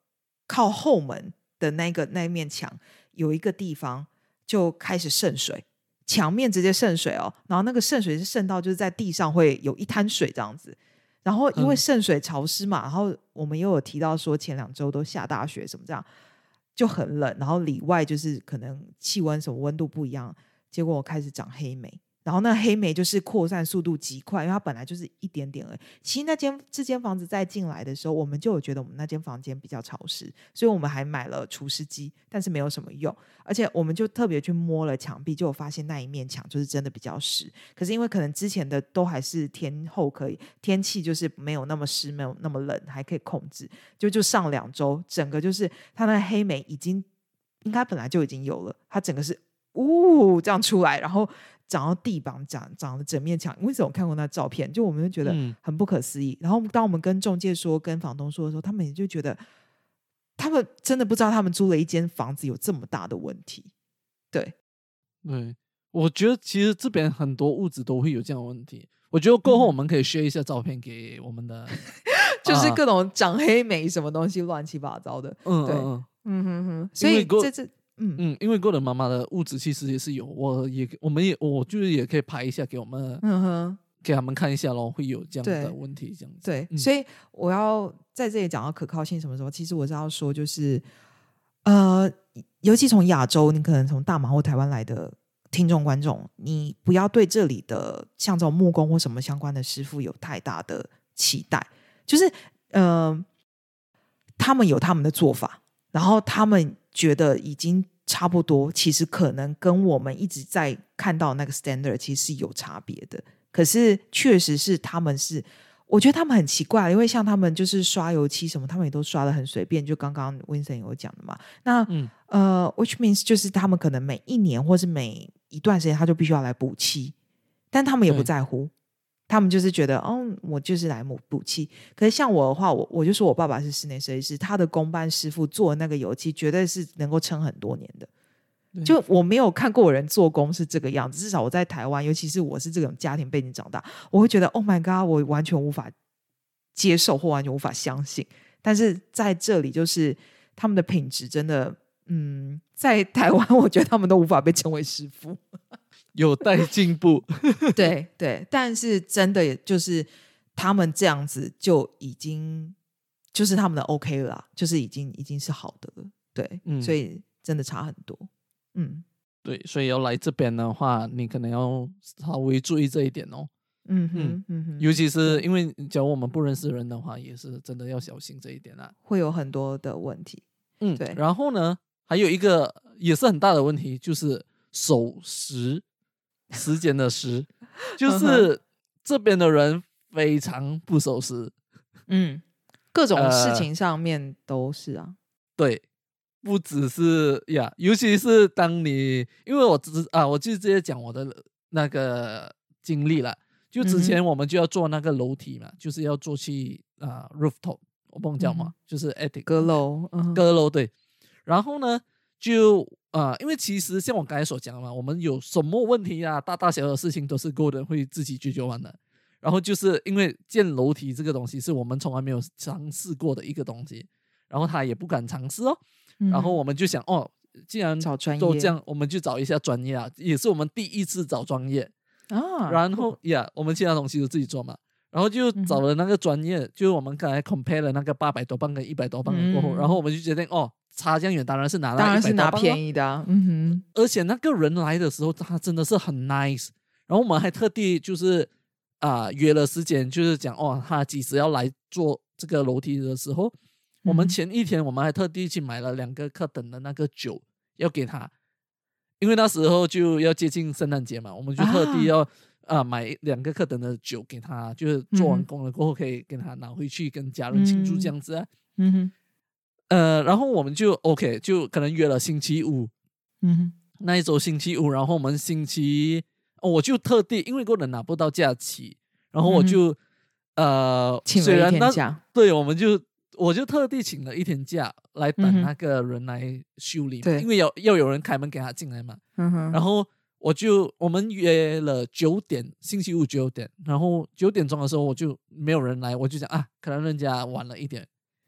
靠后门的那个那一面墙有一个地方就开始渗水，墙面直接渗水哦，然后那个渗水是渗到就是在地上会有一滩水这样子，然后因为渗水潮湿嘛、嗯、然后我们又有提到说前两周都下大雪什么这样就很冷，然后里外就是可能气温什么温度不一样，结果我开始长黑莓，然后那黑莓就是扩散速度极快，因为它本来就是一点点而已。其实那间这间房子在进来的时候，我们就有觉得我们那间房间比较潮湿，所以我们还买了除湿机，但是没有什么用。而且我们就特别去摸了墙壁，就有发现那一面墙就是真的比较湿。可是因为可能之前的都还是天候可以，天气就是没有那么湿，没有那么冷，还可以控制。就就上两周，整个就是它那黑莓已经应该本来就已经有了，它整个是呜这样出来，然后长到地板，长长了整面墙。为什么我看过那照片，就我们就觉得很不可思议、嗯、然后当我们跟中介说跟房东说的时候，他们也就觉得他们真的不知道他们租了一间房子有这么大的问题。对对，我觉得其实这边很多屋子都会有这样的问题。我觉得过后我们可以 share 一下照片给我们的、嗯、 就是各种长黑莓什么东西乱七八糟的。 嗯对嗯嗯哼哼，所以这这嗯嗯，因为个人妈妈的物质其实也是有，我也我们也我就是也可以拍一下给我们，嗯哼，给他们看一下咯，会有这样的问题，这样子。 对、 嗯， 所以我要在这里讲到可靠性什么时候，其实我是要说，就是呃，尤其从亚洲，你可能从大马或台湾来的听众观众，你不要对这里的像这种木工或什么相关的师傅有太大的期待，就是呃，他们有他们的做法，然后他们觉得已经差不多，其实可能跟我们一直在看到那个 standard 其实是有差别的。可是确实是他们是，我觉得他们很奇怪，因为像他们就是刷油漆什么，他们也都刷得很随便，就刚刚 Winston 有讲的嘛。那、嗯、呃 which means 就是他们可能每一年或是每一段时间他就必须要来补漆，但他们也不在乎，他们就是觉得哦，我就是来补漆。可是像我的话，我我就说我爸爸是室内设计师，他的工班师傅做那个油漆绝对是能够撑很多年的。就我没有看过人做工是这个样子，至少我在台湾，尤其是我是这种家庭背景长大，我会觉得 Oh my god， 我完全无法接受或完全无法相信。但是在这里就是他们的品质真的，嗯，在台湾我觉得他们都无法被称为师傅， 有待进步。 对对，但是真的就是他们这样子就已经就是他们的 OK 了啦，就是已经已经是好的了。对、嗯、所以真的差很多。嗯， 对，所以要来这边的话，你可能要稍微注意这一点哦。 嗯哼嗯哼， 尤其是因为假如我们不认识人的话，也是真的要小心这一点啊， 会有很多的问题。 嗯， 对。 然后呢，还有一个也是很大的问题，就是守时，时间的时，就是这边的人非常不守时。 嗯，各种事情上面都是啊。 呃、对。不只是呀，尤其是当你，因为我只啊，我就直接讲我的那个经历了。就之前我们就要做那个楼梯嘛，嗯、就是要做去啊 rooftop， 我不能讲嘛，嗯、就是 attic 阁楼，嗯、 阁楼对。然后呢，就啊，因为其实像我刚才所讲的嘛，我们有什么问题啊，大大小小的事情都是 Gordon 会自己解决完的。然后就是因为建楼梯这个东西是我们从来没有尝试过的一个东西，然后他也不敢尝试哦。然后我们就想哦，既然都这样，我们就找一下专业啊，也是我们第一次找专业啊。然后呀，我们其他东西都自己做嘛，然后就找了那个专业，嗯、就是我们刚才 compare 了那个八百多磅跟一百多磅过后，嗯、然后我们就决定哦，差这样远当然是拿当然是拿便宜的、啊，嗯哼。 而且那个人来的时候，他真的是很 nice， 然后我们还特地就是啊、呃、约了时间，就是讲哦，他几时要来做这个楼梯的时候。我们前一天我们还特地去买了两个客等的那个酒要给他，因为那时候就要接近圣诞节嘛，我们就特地要啊、呃、买两个客等的酒给他，就是做完工了过后可以跟他拿回去跟家人庆祝这样子啊。嗯哼，呃，然后我们就 OK， 就可能约了星期五，嗯哼，那一周星期五，然后我们星期、哦、我就特地因为个人拿不到假期，然后我就、嗯、呃请了一天假， 对，我们就。我就特地请了一天假来等那个人来修理嘛、嗯、因为要要有人开门给他进来嘛、嗯、然后我就我们约了九点，星期五九点，然后九点钟的时候我就没有人来，我就想啊，可能人家晚了一点，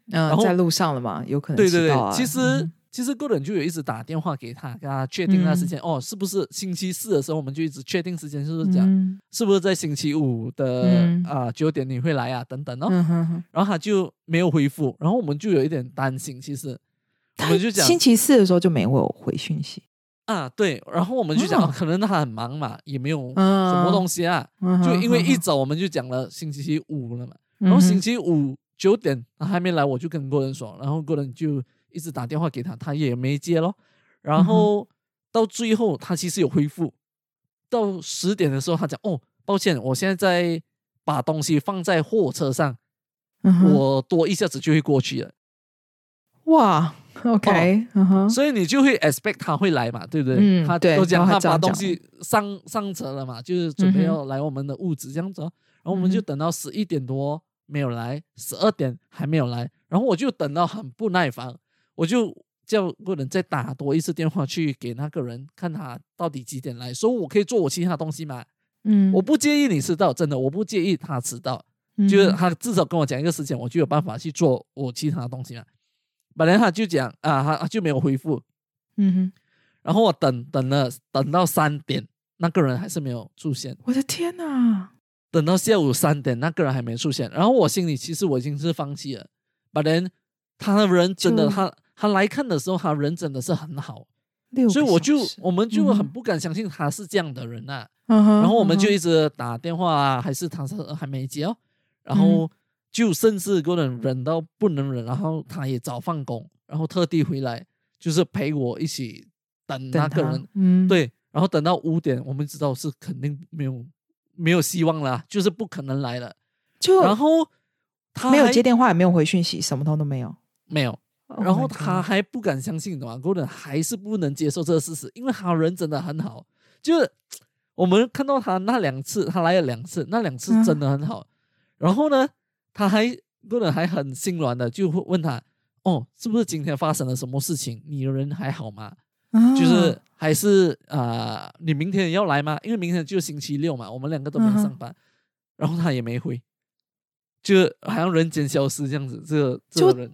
嗯、呃，在路上了嘛，有可能迟到啊。 对对对，其实、嗯、其实个人就有一直打电话给他，跟他确定那时间、嗯、哦，是不是星期四的时候我们就一直确定时间，是不是讲、嗯、是不是在星期五的啊九、嗯呃、点你会来啊等等哦、嗯哼哼，然后他就没有回复，然后我们就有一点担心，其实我们就讲星期四的时候就没有回讯息啊，对，然后我们就讲、哦哦、可能他很忙嘛，也没有什么东西啊、嗯、就因为一早我们就讲了星期五了嘛、嗯、然后星期五九点他还没来，我就跟个人说，然后个人就一直打电话给他，他也没接咯，然后到最后他其实有回复，到十点的时候他讲哦，抱歉，我现在在把东西放在货车上、嗯、我多一下子就会过去了。 哇 OK、哦uh-huh. 所以你就会 expect 他会来嘛，对不对？嗯、他都讲他把东西上上车了嘛，就是准备要来我们的屋子这样子、哦、然后我们就等到十一点多没有来，十二点还没有来，然后我就等到很不耐烦，我就叫个人再打多一次电话去给那个人，看他到底几点来，说我可以做我其他东西嘛。嗯，我不介意你迟到，真的我不介意他迟到、嗯、就是他至少跟我讲一个时间，我就有办法去做我其他东西嘛。本来他就讲啊，他就没有回复，嗯哼，然后我等等了等到三点，那个人还是没有出现。 我的天哪！ 等到下午三点，那个人还没出现，然后我心里其实我已经是放弃了。But then 他的人真的，他他来看的时候，他人真的是很好，所以我就我们就很不敢相信他是这样的人啊。嗯、然后我们就一直打电话啊，还是他是还没接哦，然后。嗯就甚至个人忍到不能忍，然后他也早放工，然后特地回来，就是陪我一起等那个人。嗯，对，然后等到五点，我们知道是肯定没有没有希望了，就是不可能来了。 就然后他没有接电话，也没有回讯息，什么都都没有， 没有。然后他还不敢相信的嘛，个人还是不能接受这个事实，因为他人真的很好。就是我们看到他那两次，他来了两次，那两次真的很好。嗯、然后呢？他还个人还很心软的，就会问他哦，是不是今天发生了什么事情？你的人还好吗？啊、就是还是啊、呃，你明天要来吗？因为明天就星期六嘛，我们两个都没有上班。啊、然后他也没回，就好像人间消失这样子。这个这个人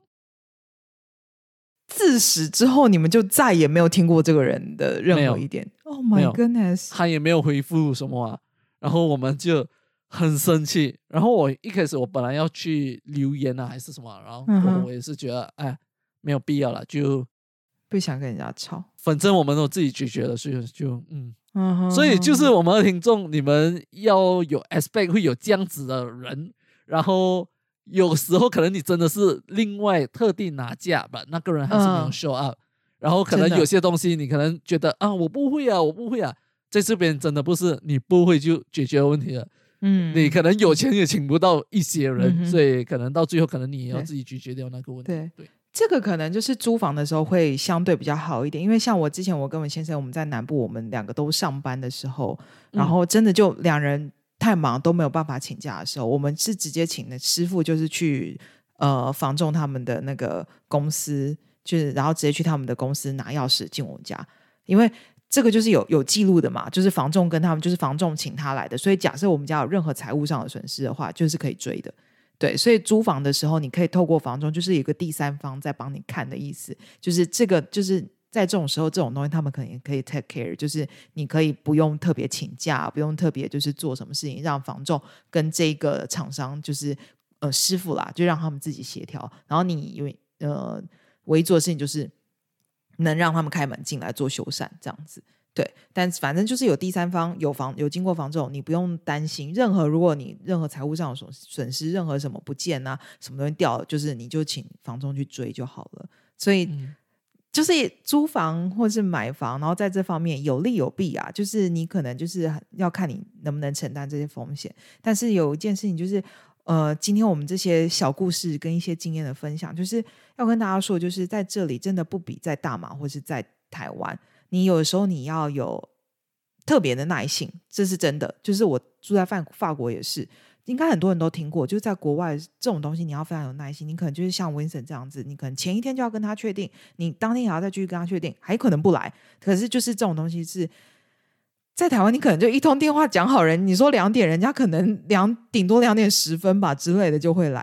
自始之后，你们就再也没有听过这个人的任何一点。Oh my goodness， 他也没有回复什么啊。然后我们就。很生气，然后我一开始我本来要去留言啊还是什么，然后我也是觉得、嗯、哎没有必要了，就不想跟人家吵， 反正我们都自己解决了，所以就嗯，嗯所以就是我们的听众，你们要有 expect 会有这样子的人，然后有时候可能你真的是另外特地拿价吧，那个人还是没有 show up、嗯、然后可能有些东西你可能觉得啊我不会啊我不会啊，在这边真的不是你不会就解决问题了。嗯，你可能有钱也请不到一些人、嗯、所以可能到最后可能你也要自己解决掉那个问题。 对, 对，这个可能就是租房的时候会相对比较好一点，因为像我之前我跟我先生我们在南部，我们两个都上班的时候，然后真的就两人太忙都没有办法请假的时候，我们是直接请的师傅，就是去呃房仲他们的那个公司，就是然后直接去他们的公司拿钥匙进我们家，因为这个就是有有记录的嘛，就是房仲跟他们就是房仲请他来的，所以假设我们家有任何财务上的损失的话，就是可以追的。对，所以租房的时候你可以透过房仲，就是有一个第三方在帮你看的意思，就是这个就是在这种时候这种东西他们可能也可以 take care， 就是你可以不用特别请假，不用特别就是做什么事情，让房仲跟这个厂商就是呃师傅啦，就让他们自己协调，然后你因为呃唯一做的事情就是能让他们开门进来做修缮这样子。对，但反正就是有第三方有房有经过房仲，你不用担心任何，如果你任何财务上有损失，任何什么不见啊什么东西掉了，就是你就请房仲去追就好了。所以、嗯、就是租房或是买房，然后在这方面有利有弊啊，就是你可能就是要看你能不能承担这些风险。但是有一件事情就是呃，今天我们这些小故事跟一些经验的分享，就是要跟大家说，就是在这里真的不比在大马或是在台湾，你有的时候你要有特别的耐性，这是真的。就是我住在法国也是，应该很多人都听过，就是在国外这种东西你要非常有耐心，你可能就是像 Winston 这样子，你可能前一天就要跟他确定，你当天还要再继续跟他确定，还可能不来。可是就是这种东西是在台湾，你可能就一通电话讲好人，你说两点，人家可能两顶多两点十分吧之类的就会来了。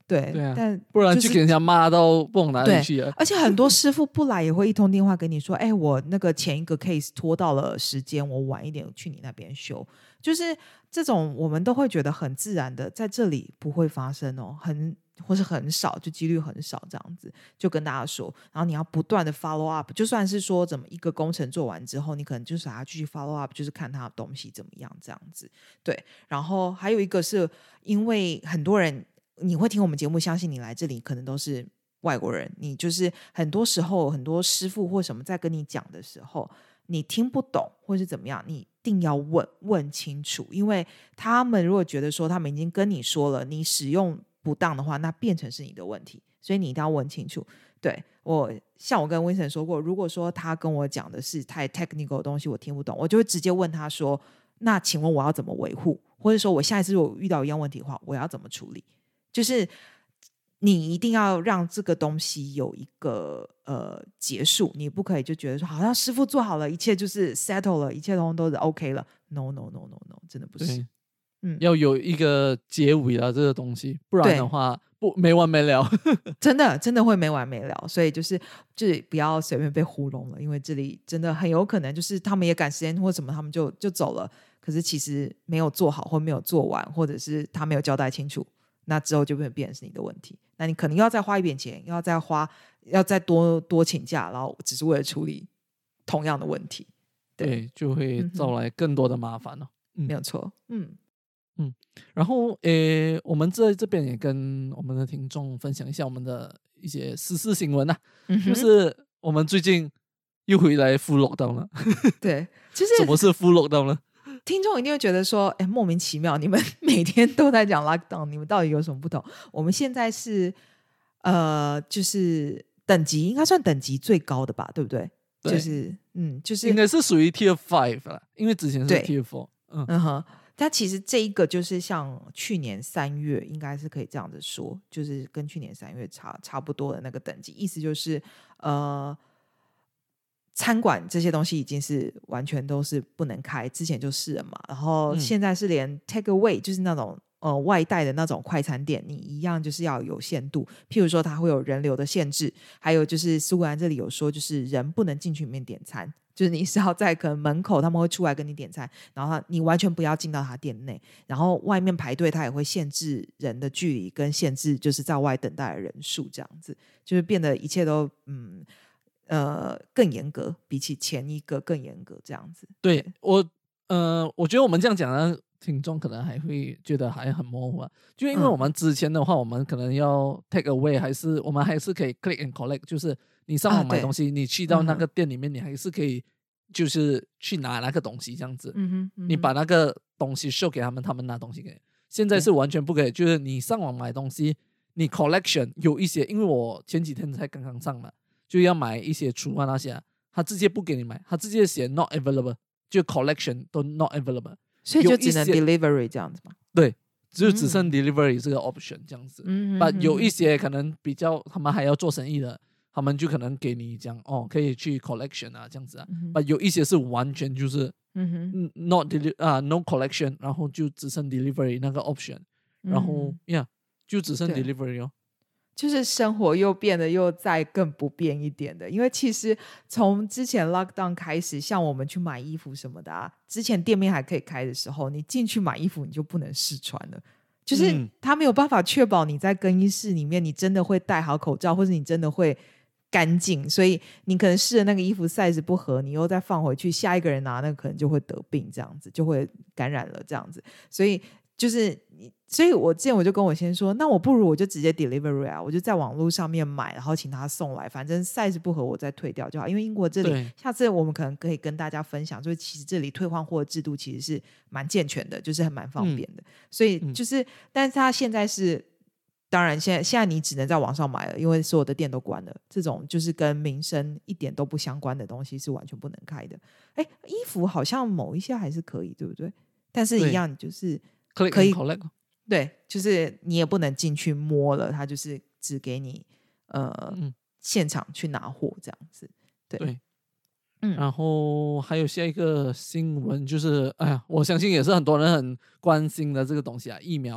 对， 对啊， 但不然就就是给人家骂到不懂哪里去了。 而且很多师傅不来也会一通电话跟你说，哎，我那个前一个 case 拖到了时间，我晚一点去你那边修。就是这种我们都会觉得很自然的，在这里不会发生哦，很或是很少，就几率很少这样子，就跟大家说。然后你要不断的 follow up， 就算是说怎么一个工程做完之后，你可能就是还要继续 follow up， 就是看他的东西怎么样这样子。对，然后还有一个是因为很多人你会听我们节目，相信你来这里可能都是外国人，你就是很多时候很多师傅或什么在跟你讲的时候，你听不懂或是怎么样，你一定要问问清楚，因为他们如果觉得说他们已经跟你说了，你使用不当的话，那变成是你的问题，所以你一定要问清楚。对，我像我跟 Winston 说过，如果说他跟我讲的是太 technical 的东西我听不懂，我就会直接问他说，那请问我要怎么维护，或者说我下一次如果遇到一样问题的话我要怎么处理。就是你一定要让这个东西有一个呃结束，你不可以就觉得说好像师傅做好了，一切就是 settle 了，一切通通都是 OK 了。 no no no no no 真的不是。 嗯，要有一个结尾了这个东西，不然的话不没完没了。 真的真的会没完没了，所以就是就是不要随便被糊弄了，因为这里真的很有可能就是他们也赶时间或什么，他们就就走了，可是其实没有做好或没有做完，或者是他没有交代清楚，那之后就会变成是你的问题，那你可能要再花一点钱，要再花要再多多请假，然后只是为了处理同样的问题。 对, 对，就会招来更多的麻烦了、 嗯、没有错。嗯嗯，然后诶，我们在这边也跟我们的听众分享一下我们的一些时事新闻啊、嗯、就是我们最近又回来 full lockdown 了。 对，就是什么是 full lockdown 呢？ 听众一定会觉得说，哎，莫名其妙，你们每天都在讲 lockdown， 你们到底有什么不同？我们现在是呃，就是等级应该算等级最高的吧，对不对？ 对， 就是嗯，就是应该是属于 tier five 了，因为之前是 tier four。嗯嗯哼，但其实这一个就是像去年三月，应该是可以这样子说，就是跟去年三月差差不多的那个等级，意思就是呃。餐馆这些东西已经是完全都是不能开，之前就是了嘛，然后现在是连 take away、嗯、就是那种呃外带的那种快餐店，你一样就是要有限度，譬如说它会有人流的限制，还有就是苏格兰这里有说就是人不能进去里面点餐，就是你是要在可能门口他们会出来跟你点餐，然后你完全不要进到他店内，然后外面排队他也会限制人的距离跟限制就是在外等待的人数，这样子就是变得一切都嗯呃，更严格，比起前一个更严格，这样子。 对，我呃，我觉得我们这样讲呢，听众可能还会觉得还很模糊啊。就因为我们之前的话，嗯、我们可能要 take away， 还是我们还是可以 click and collect， 就是你上网买东西，啊、你去到那个店里面，嗯、你还是可以就是去拿那个东西这样子。嗯哼，嗯哼你把那个东西 show 给他们，他们拿东西给你。现在是完全不可以，就是你上网买东西，你 collection 有一些，因为我前几天才刚刚上嘛。就要买一些厨啊那些、啊，他直接不给你买，他直接写 not available， 就 collection 都 not available， 所以就只能 delivery 这样子吗？ 对，就只剩 delivery 这个 option 这样子。嗯，但有一些可能比较他们还要做生意的，他们就可能给你讲哦，可以去 collection 啊这样子啊。但、嗯、有一些是完全就是嗯 not deli 啊 no collection， 然后就只剩 delivery 那个 option， 然后呀、嗯 yeah, 就只剩 delivery 哦。 就是生活又变得又再更不便一点的，因为其实从之前 lockdown 开始，像我们去买衣服什么的啊，之前店面还可以开的时候，你进去买衣服你就不能试穿了，就是他没有办法确保你在更衣室里面你真的会戴好口罩，或者你真的会干净，所以你可能试的那个衣服 size 不合，你又再放回去，下一个人拿那个可能就会得病，这样子就会感染了这样子，所以就是所以我之前我就跟我先说，那我不如我就直接 delivery 啊，我就在网络上面买，然后请他送来，反正 size 不合我再退掉就好。因为英国这里下次我们可能可以跟大家分享，就是其实这里退换货的制度其实是蛮健全的，就是很蛮方便的、嗯、所以就是、嗯、但是他现在是当然现在现在你只能在网上买了，因为所有的店都关了，这种就是跟民生一点都不相关的东西是完全不能开的。哎，衣服好像某一些还是可以，对不对？但是一样就是可以对，就是你也不能进去摸了，他就是只给你呃、嗯、现场去拿货这样子。 对, 对嗯，然后还有下一个新闻就是，哎呀，我相信也是很多人很关心的这个东西啊，疫苗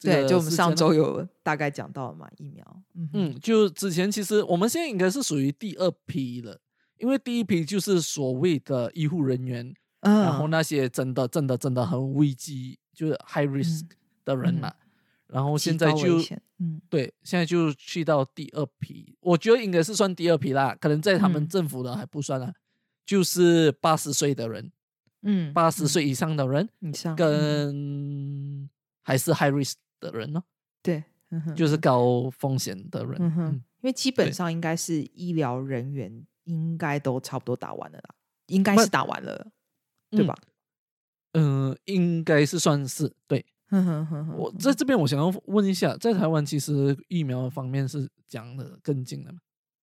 这个对，就我们事件上周有大概讲到了嘛，疫苗。嗯嗯，就之前其实我们现在应该是属于第二批了，因为第一批就是所谓的医护人员， 嗯， 然后那些真的真的真的很危机，就是 high risk 的人嘛。 嗯然后现在就嗯， 对，现在就去到第二批，我觉得应该是算第二批啦，可能在他们嗯政府的还不算啦，就是八十岁的人， 嗯， 八十岁以上的人， 以上跟还是 high risk 的人呢、 对， 就是高风险的人。 嗯哼， 嗯， 因为基本上应该是医疗人员应该都差不多打完了啦，应该是打完了，对吧？ 嗯、呃，应该是算是对。我在这边，我想要问一下，在台湾其实疫苗方面是讲的更近了吗？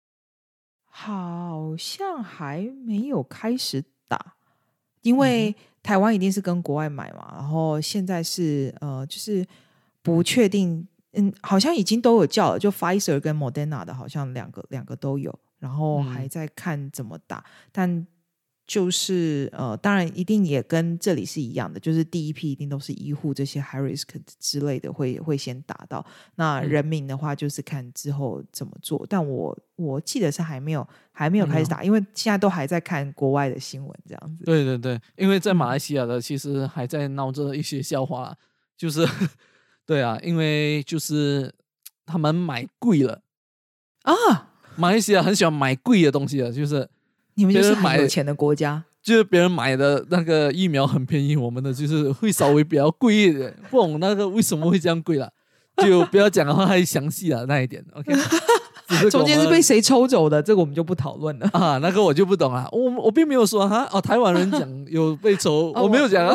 好像还没有开始打，因为台湾一定是跟国外买嘛，然后现在是呃，就是不确定，嗯，好像已经都有叫了，就 Pfizer 跟 Moderna 的，好像两个两个都有，然后还在看怎么打，嗯、但。就是呃，当然一定也跟这里是一样的，就是第一批一定都是医护这些 high risk 之类的会会先打到，那人民的话就是看之后怎么做。嗯、但我我记得是还没有还没有开始打，嗯、因为现在都还在看国外的新闻这样子。 对对对，因为在马来西亚的其实还在闹着一些笑话，就是对啊，因为就是他们买贵了啊， 马来西亚很喜欢买贵的东西的，就是。 你们就是很有钱的国家， 就是别人买的那个疫苗很便宜，我们的就是会稍微比较贵一点。不懂那个为什么会这样贵啦，就不要讲的话太详细了那一点。OK， 中间是被谁抽走的，这个我们就不讨论了啊。那个我就不懂了，我我并没有说哈哦，台湾人讲有被抽，我没有讲啊。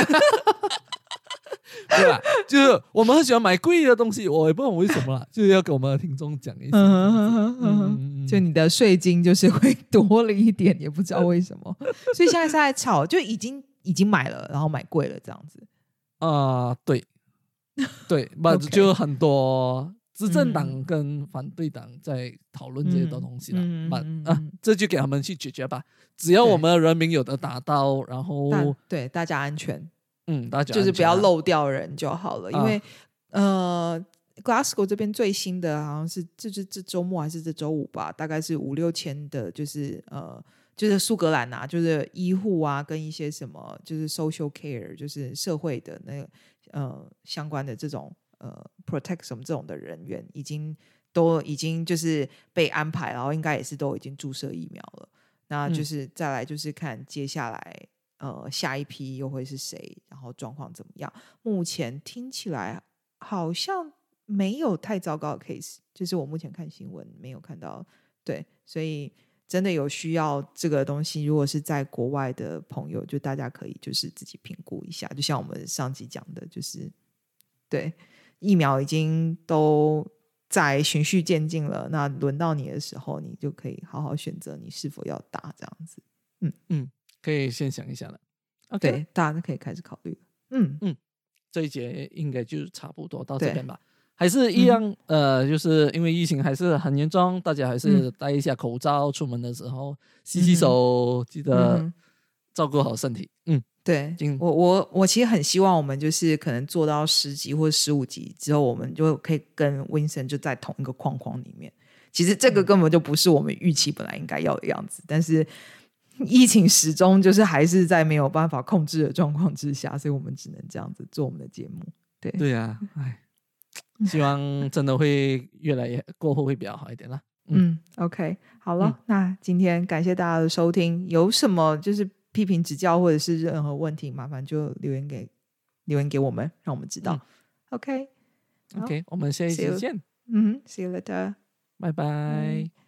对吧？就是我们很喜欢买贵的东西，我也不懂为什么啦，就是要给我们的听众讲一下。 嗯，就你的税金就是会多了一点，也不知道为什么。所以现在是在炒，就已经已经买了，然后买贵了这样子。 啊、呃，对，对，那就很多执政党跟反对党在讨论这些东西了。嗯嗯、啊，这就给他们去解决吧。只要我们人民有的达到，然后对大家安全。 嗯，大家就是不要漏掉人就好了，因为、啊、呃 ，Glasgow 这边最新的好像是这这这周末还是这周五吧，大概是五六千的，就是呃，就是苏格兰啊，就是医护啊，跟一些什么就是 social care， 就是社会的那个呃相关的这种呃 protect 什么这种的人员，已经都已经就是被安排，然后应该也是都已经注射疫苗了。那就是再来就是看接下来。呃，下一批又会是谁？然后状况怎么样？目前听起来好像没有太糟糕的 case， 就是我目前看新闻没有看到。对，所以真的有需要这个东西，如果是在国外的朋友，就大家可以就是自己评估一下。就像我们上集讲的，就是对疫苗已经都在循序渐进了，那轮到你的时候，你就可以好好选择你是否要打这样子。嗯嗯。可以先想一下了， okay. 对，大家可以开始考虑。嗯嗯，这一节应该就差不多到这边吧，还是一样、嗯、呃，就是因为疫情还是很严重，大家还是戴一下口罩，出门的时候洗洗手、嗯，记得照顾好身体。嗯， 对，我我我其实很希望我们就是可能做到十集或十五集之后，我们就可以跟 Winston 就在同一个框框里面。其实这个根本就不是我们预期本来应该要的样子，但是。疫情始终就是还是在没有办法控制的状况之下，所以我们只能这样子做我们的节目。对对呀、啊，哎，希望真的会越来越过后会比较好一点啦。 嗯, 嗯 ，OK， 好了、嗯，那今天感谢大家的收听，有什么就是批评指教或者是任何问题，麻烦就留言给留言给我们，让我们知道。嗯、OK，OK，、 okay, 我们下一期见。 嗯 ，See you later， 拜拜。 嗯